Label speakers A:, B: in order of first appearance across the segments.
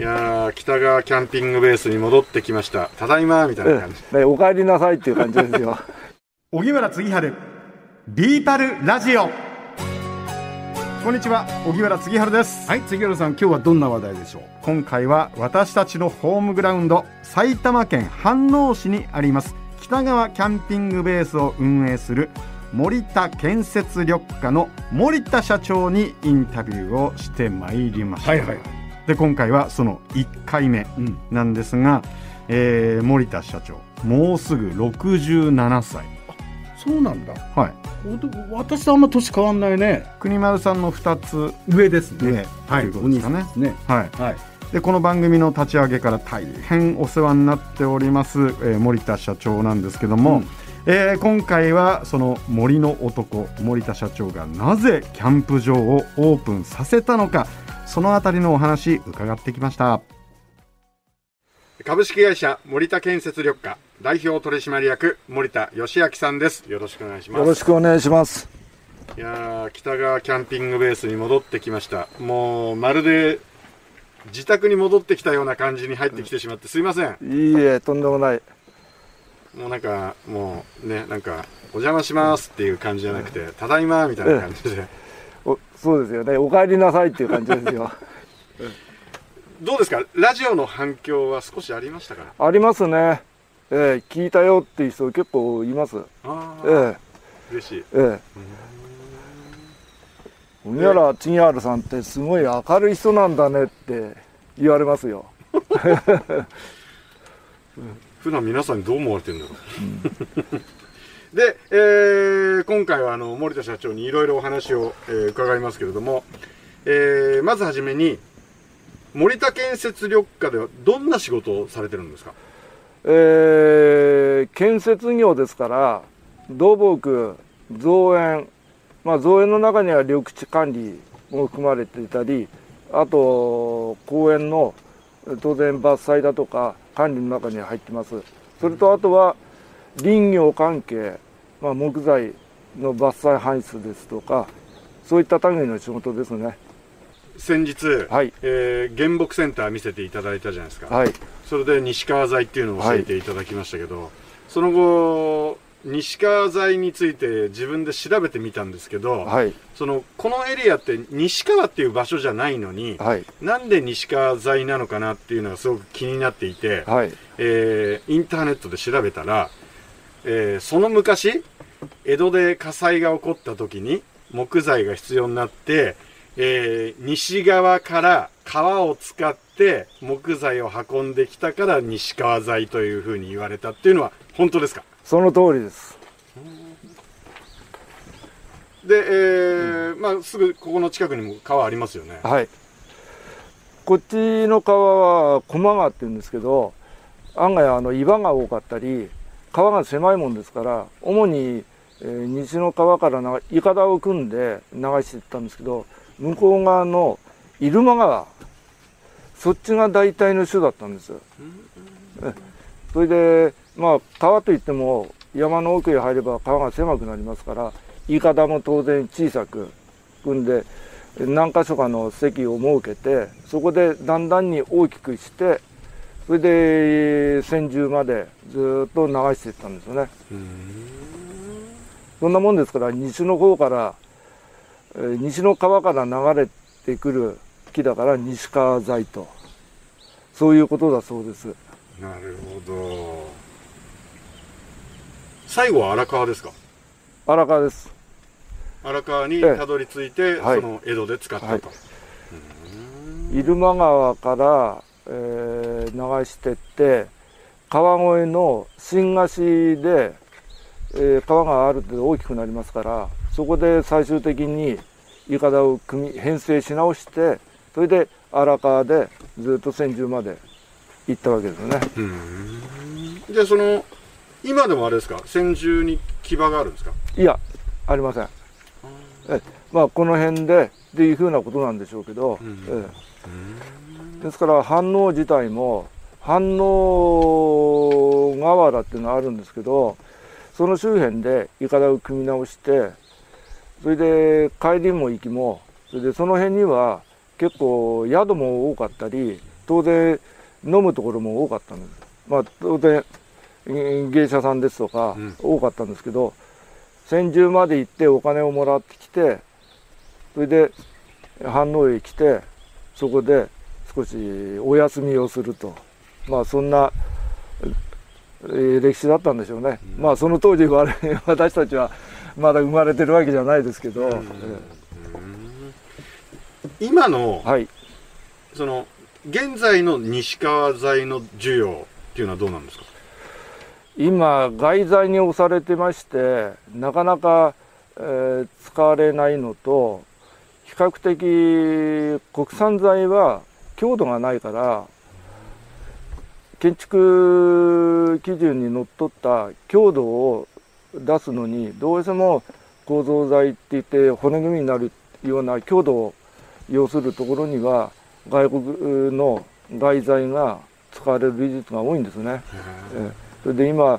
A: いやー、北川キャンピングベースに戻ってきました。ただいまみたいな感じ、
B: お帰りなさいっていう感じですよ。
C: 荻村次春ビーパルラジオ。こんにちは、荻村次春です。はい、次春さん、今日はどんな話題でしょう。今回は私たちのホームグラウンド、埼玉県飯能市にあります北川キャンピングベースを運営する森田建設緑化の森田社長にインタビューをしてまいりました。で、今回はその1回目なんですが、森田社長もうすぐ67歳。
D: そうなんだ。
C: はい。
D: 私とあんま年変わんないね。
C: 国丸さんの2つ
D: 上ですね。
C: はい、ということですかね。
D: ね。
C: はい。はい。で、この番組の立ち上げから大変お世話になっております、森田社長なんですけども、今回はその森の男森田社長がなぜキャンプ場をオープンさせたのか、そのあたりのお話伺ってきました。
A: 株式会社森田建設緑化代表取締役森田義明さんです。よろしくお願いします。
B: よろしくお願いします。
A: いやー、北川キャンピングベースに戻ってきました。もうまるで自宅に戻ってきたような感じに入ってきてしまってすいません。
B: いいえ、とんでもない。
A: もうなんかもうね、なんかお邪魔しますっていう感じじゃなくて、ただいまみたいな感じで、
B: そうですよね、お帰りなさいっていう感じですよ。
A: どうですか、ラジオの反響は少しありましたか？
B: ありますね。聞いたよっていう人結構います。
A: 嬉しい。
B: 荻原次春さんってすごい明るい人なんだねって言われますよ。
A: 普段皆さんにどう思われてるんだろう。で、今回は森田社長にいろいろお話を、伺いますけれども、まずはじめに森田建設緑化ではどんな仕事をされてるんですか？
B: 建設業ですから土木、造園、造園の中には緑地管理も含まれていたり、あと公園の当然伐採だとか管理の中に入ってます。それとあとは林業関係、木材の伐採搬出ですとか、そういった類の仕事ですね。
A: 先日、
B: はい、
A: 原木センター見せていただいたじゃないですか。
B: はい、
A: それで西川材っていうのを教えていただきましたけど、その後西川材について自分で調べてみたんですけど、このエリアって西川っていう場所じゃないのに、なんで西川材なのかなっていうのがすごく気になっていて、インターネットで調べたら、その昔江戸で火災が起こった時に木材が必要になって、西側から川を使って木材を運んできたから西川材というふうに言われたっていうのは本当ですか？
B: その通りです。
A: で、すぐここの近くにも川ありますよね。
B: はい。こっちの川は駒川っていうんですけど、案外岩が多かったり川が狭いもんですから、主に、西の川からいかだを組んで流していったんですけど、向こう側の入間川、そっちが大体の種だったんです。それで川といっても山の奥へ入れば川が狭くなりますから、いかだも当然小さく組んで何箇所かの堰を設けて、そこでだんだんに大きくして、それで千住までずっと流していったんですよね。そんなもんですから、西の方から西の川から流れてくる木だから西川材と、そういうことだそうです。
A: なるほど。最後は荒川ですか？
B: 荒川です。
A: 荒川にたどり着いて、その江戸で使ったと。
B: 入間川から、流してって川越の新河岸で、川がある程度大きくなりますから、そこで最終的にいかだを編成し直して、それで荒川でずっと千住まで行ったわけですよね。
A: じゃあ今でもあれですか、千住に木場があるんですか？
B: いや、ありません。この辺でっていうふうなことなんでしょうけど、ですから飯能自体も飯能河原っていうのがあるんですけど、その周辺でいかだを組み直して、それで帰りも行きも、それでその辺には結構宿も多かったり、 当然飲むところも多かったんです。まあ当然芸者さんですとか多かったんですけど、千住まで行ってお金をもらってきて、それで飯能へ来て、そこで少しお休みをすると、まあそんな歴史だったんでしょうね。まあその当時私たちはまだ生まれてるわけじゃないですけど、
A: 今の、
B: はい、
A: その現在の西川材の需要っていうのはどうなんですか？
B: 今外材に押されてまして、なかなか、使われないのと、比較的国産材は強度がないから、建築基準にのっとった強度を出すのにどうしても構造材って言って骨組みになるような強度を要するところには外国の外材が使われる技術が多いんですね。それで今、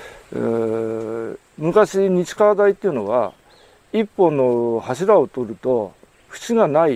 B: 昔西川材っていうのは一本の柱を取ると節がない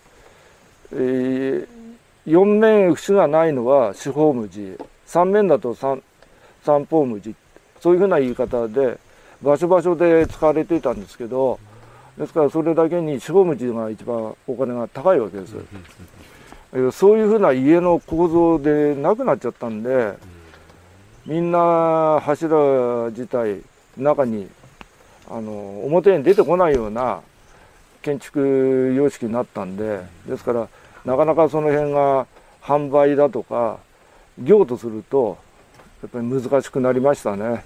B: 、4面節がないのは四方無地、3面だと三方無地、そういうふうな言い方で場所場所で使われていたんですけど、ですからそれだけに四方無地が一番お金が高いわけです。そういうふうな家の構造でなくなっちゃったんで、みんな柱自体中に表に出てこないような建築様式になったんで、ですからなかなかその辺が販売だとか業とするとやっぱり難しくなりましたね。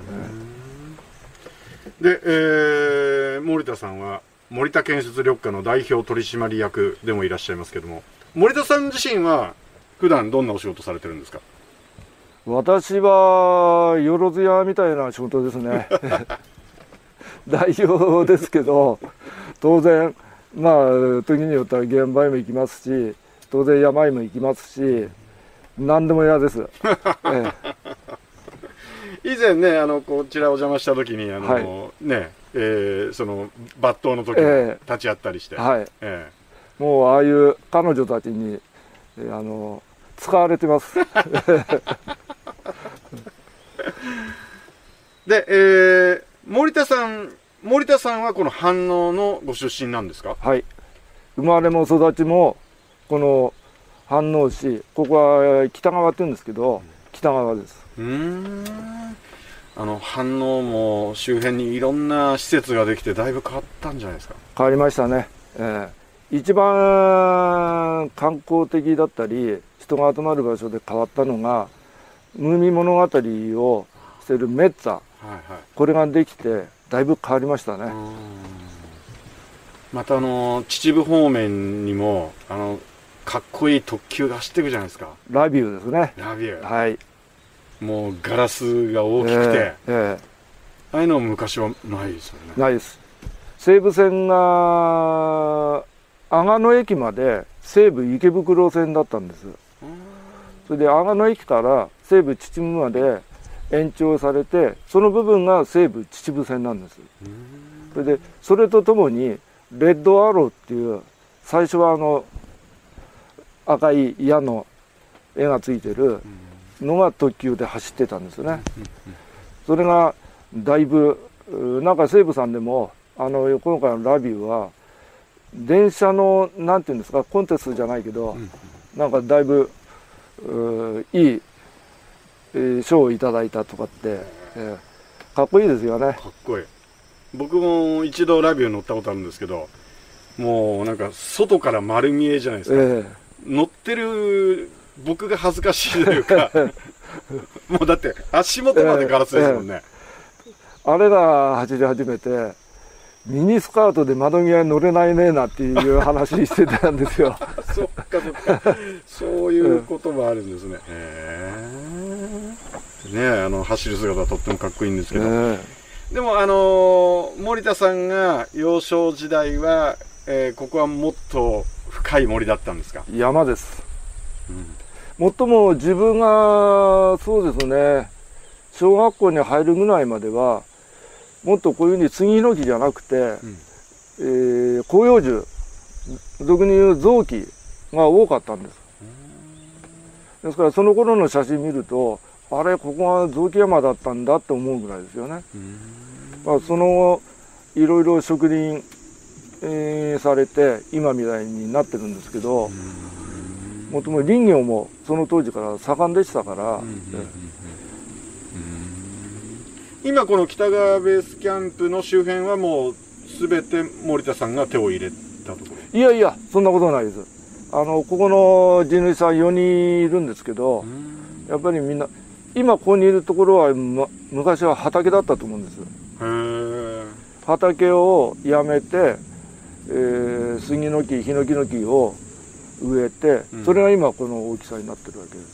A: で、森田さんは森田建設緑化の代表取締役でもいらっしゃいますけども、森田さん自身は普段どんなお仕事されてるんですか？
B: 私はよろずやみたいな仕事ですね。代表ですけど、当然まあ時によっては現場へも行きますし、当然山へも行きますし、何でも嫌です。
A: 以前ね、こちらお邪魔した時に
B: はい
A: ね、その抜刀の時に立ち会ったりして、
B: はい、もうああいう彼女たちに使われてます。
A: で、森田さんはこの飯能のご出身なんですか？
B: はい、生まれも育ちもこの飯能市、ここは北川って言うんですけど、北川です。
A: 飯能も周辺にいろんな施設ができてだいぶ変わったんじゃないですか？変
B: わりましたね。一番観光的だったり人が集まる場所で変わったのが、ムーミン物語をしているメッツァ、これができてだいぶ変わりましたね。
A: また秩父方面にもかっこいい特急が走っていくじゃないですか。
B: ラビューですね。
A: ラビュー、
B: はい、
A: もうガラスが大きくて、ああいうのは昔はないですよね。
B: ないです。西武線が阿賀野駅まで西武池袋線だったんです。それで阿賀野駅から西武秩父まで延長されて、その部分が西武秩父線なんです。それでそれとともにレッドアローっていう、最初は赤い矢の絵がついてるのが特急で走ってたんですね。それがだいぶなんか西武さんでも今回のラビューは電車のなんていうんですか、コンテストじゃないけど、なんかだいぶいい賞をいただいたとかって、かっこいいですよね。
A: かっこいい。僕も一度ラビュー乗ったことあるんですけど、もうなんか外から丸見えじゃないですか。乗ってる僕が恥ずかしいというかもうだって足元までガラスですもんね。
B: あれが走り始めて、ミニスカートで窓際に乗れないねなっていう話してたんですよ。
A: そっかそっか、そういうこともあるんですね。走る姿はとってもかっこいいんですけど、でも森田さんが幼少時代は、ここはもっと深い森だったんですか？
B: 山です。もっとも自分がそうですね、小学校に入るぐらいまではもっとこういうふうに杉ヒノキじゃなくて、広葉樹、俗に言う雑木が多かったんです。 ですからその頃の写真見ると、あれここが雑木山だったんだって思うぐらいですよね。その後いろいろ植林、されて今みたいになってるんですけど、もともと林業もその当時から盛んでしたから、
A: 今この北川ベースキャンプの周辺はもう全て森田さんが手を入れたところ？
B: いやいや、そんなことないです。ここの地主さん4人いるんですけど、やっぱりみんな今ここにいるところは、昔は畑だったと思うんです。畑をやめて、杉の木、ヒノキの木を植えて、それが今この大きさになってるわけです。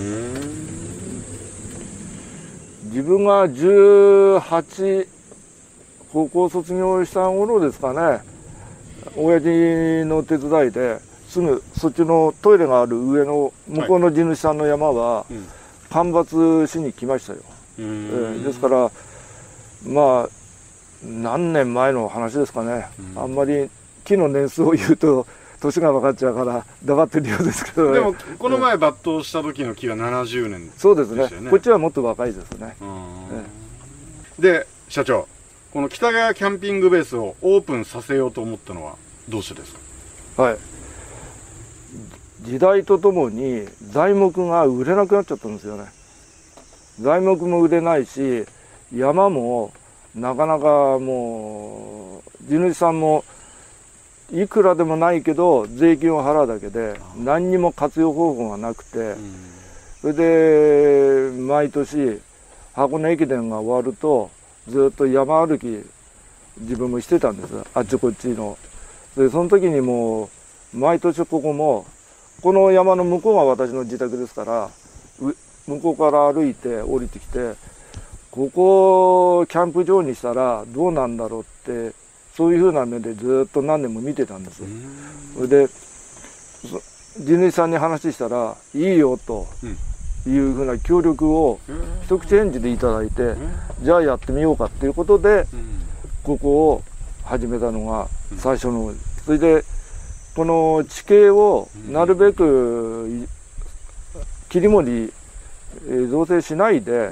B: 自分が18、高校卒業した頃ですかね、親父の手伝いですぐそっちのトイレがある上の向こうの地主さんの山は間伐しに来ましたよ。ですからまあ何年前の話ですかね。あんまり木の年数を言うと年が分かっちゃうから黙ってるようですけど、ね、
A: でもこの前抜刀した時の木は70年でした
B: よね。そうですね。こっちはもっと若いですね。
A: で社長、この北川キャンピングベースをオープンさせようと思ったのはどうしてですか？
B: はい、時代とともに材木が売れなくなっちゃったんですよね。材木も売れないし、山もなかなかもう地主さんもいくらでもないけど税金を払うだけで何にも活用方法がなくて、それで毎年箱根駅伝が終わるとずっと山歩き自分もしてたんです、あっちこっちの。でその時にもう毎年ここもこの山の向こうが私の自宅ですから、向こうから歩いて降りてきて、ここをキャンプ場にしたらどうなんだろうって、そういうふうな目でずっと何年も見てたんです。それで地主さんに話したらいいよというふうな協力を一口返事でいただいて、じゃあやってみようかっていうことでここを始めたのが最初の。それでこの地形をなるべく切り盛り造成しないで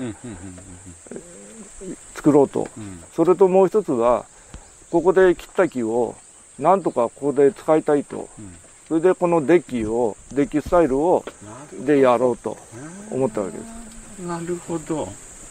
B: 作ろうと。それともう一つはここで切った木をなんとかここで使いたいと。それでこのデッキスタイルをでやろうと思ったわけです。
A: なるほど。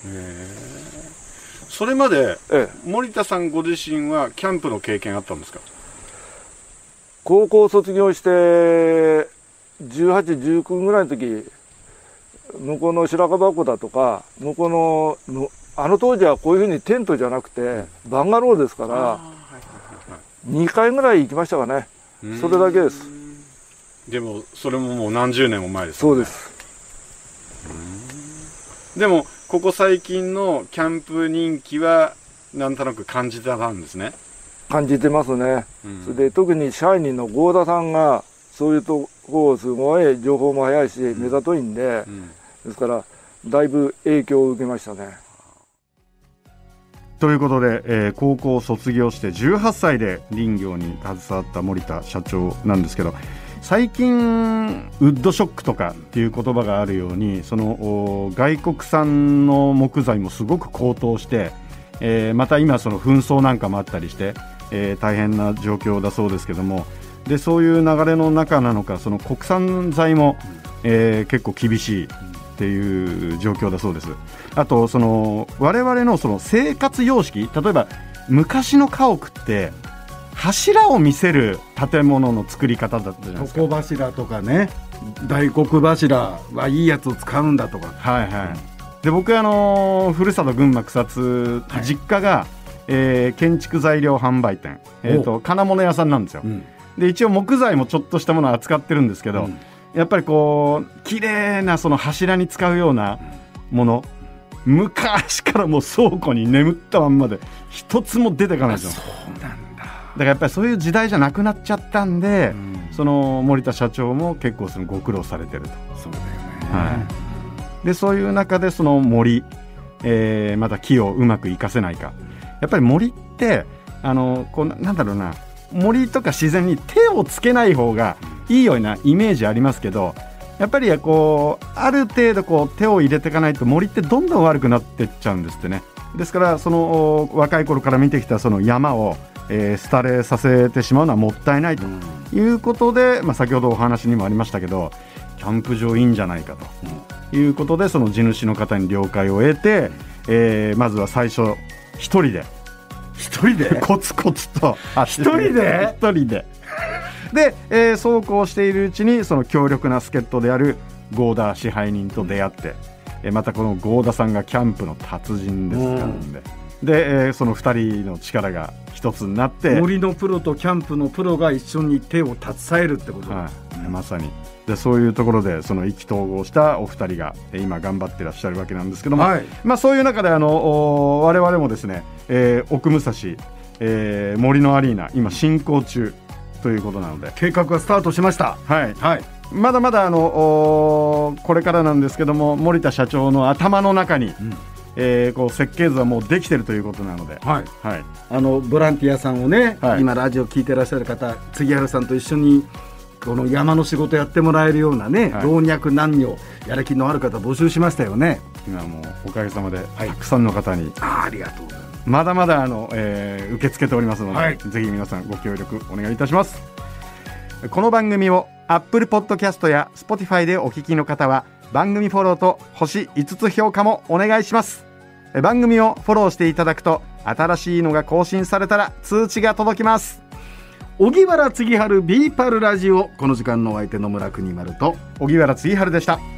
A: それまで森田さんご自身はキャンプの経験あったんですか？
B: 高校卒業して18、19ぐらいの時、向こうの白樺湖だとか向こうのあの当時はこういうふうにテントじゃなくてバンガローですから2回ぐらい行きましたかね。それだけです。
A: でもそれももう何十年も前です
B: よね。そうです。
A: でもここ最近のキャンプ人気はなんとなく感じてたんですね。
B: 感じてますね。それで特に社員の合田さんがそういうとこをすごい情報も早いし目ざといんで、ですからだいぶ影響を受けましたね。
C: ということで、高校を卒業して18歳で林業に携わった森田社長なんですけど、最近ウッドショックとかっていう言葉があるように、その外国産の木材もすごく高騰して、また今その紛争なんかもあったりして、大変な状況だそうですけども、でそういう流れの中なのか、その国産材も、結構厳しいっていう状況だそうです。あとその我々のその生活様式、例えば昔の家屋って柱を見せる建物の作り方だったじゃないですか。
D: 床柱とかね、大黒柱はいいやつを使うんだとか。
C: はいはい。で僕ふるさと群馬草津、実家が、建築材料販売店、金物屋さんなんですよ。で一応木材もちょっとしたものを扱ってるんですけど、やっぱりこう綺麗なその柱に使うようなもの、昔からもう倉庫に眠ったまんまで一つも出てかないですよ。
D: そうなんだ。
C: だからやっぱりそういう時代じゃなくなっちゃったんで、その森田社長も結構そのご苦労されてると。
D: そうだよね。
C: でそういう中でその森、また木をうまく活かせないか。やっぱり森ってこうなんだろうな、森とか自然に手をつけない方がいいようなイメージありますけど、 やっぱりこうある程度こう手を入れていかないと森ってどんどん悪くなっていっちゃうんですってね。ですからその若い頃から見てきたその山を、廃れさせてしまうのはもったいないということで、先ほどお話にもありましたけどキャンプ場いいんじゃないかということで、その地主の方に了解を得て、まずは最初一人でコツコツと
D: 一人で
C: で、そうこうしているうちにその強力な助っ人である合田支配人と出会って、またこの合田さんがキャンプの達人ですからで、その2人の力が一つになって
D: 森のプロとキャンプのプロが一緒に手を携えるってことです、
C: まさにでそういうところでその意気投合したお二人が今頑張ってらっしゃるわけなんですけども、そういう中で我々もですね、奥武蔵、森のアリーナ今進行中ということなので
D: 計画がスタートしました。
C: まだまだこれからなんですけども、森田社長の頭の中に、こう設計図はもうできてるということなので、
D: ボランティアさんをね、今ラジオ聞いてらっしゃる方、杉原さんと一緒にこの山の仕事やってもらえるようなね、老若男女やる気のある方募集しましたよね。
C: 今もうおかげさまでたくさんの方に、
D: ありがとうございます。
C: まだまだ受け付けておりますので、ぜひ皆さんご協力お願いいたします。この番組を Apple Podcast や Spotify でお聞きの方は番組フォローと星5つ評価もお願いします。番組をフォローしていただくと新しいのが更新されたら通知が届きます。
D: 荻原次春ビーパルラジオ、この時間のお相手野村国丸と
C: 荻原次春でした。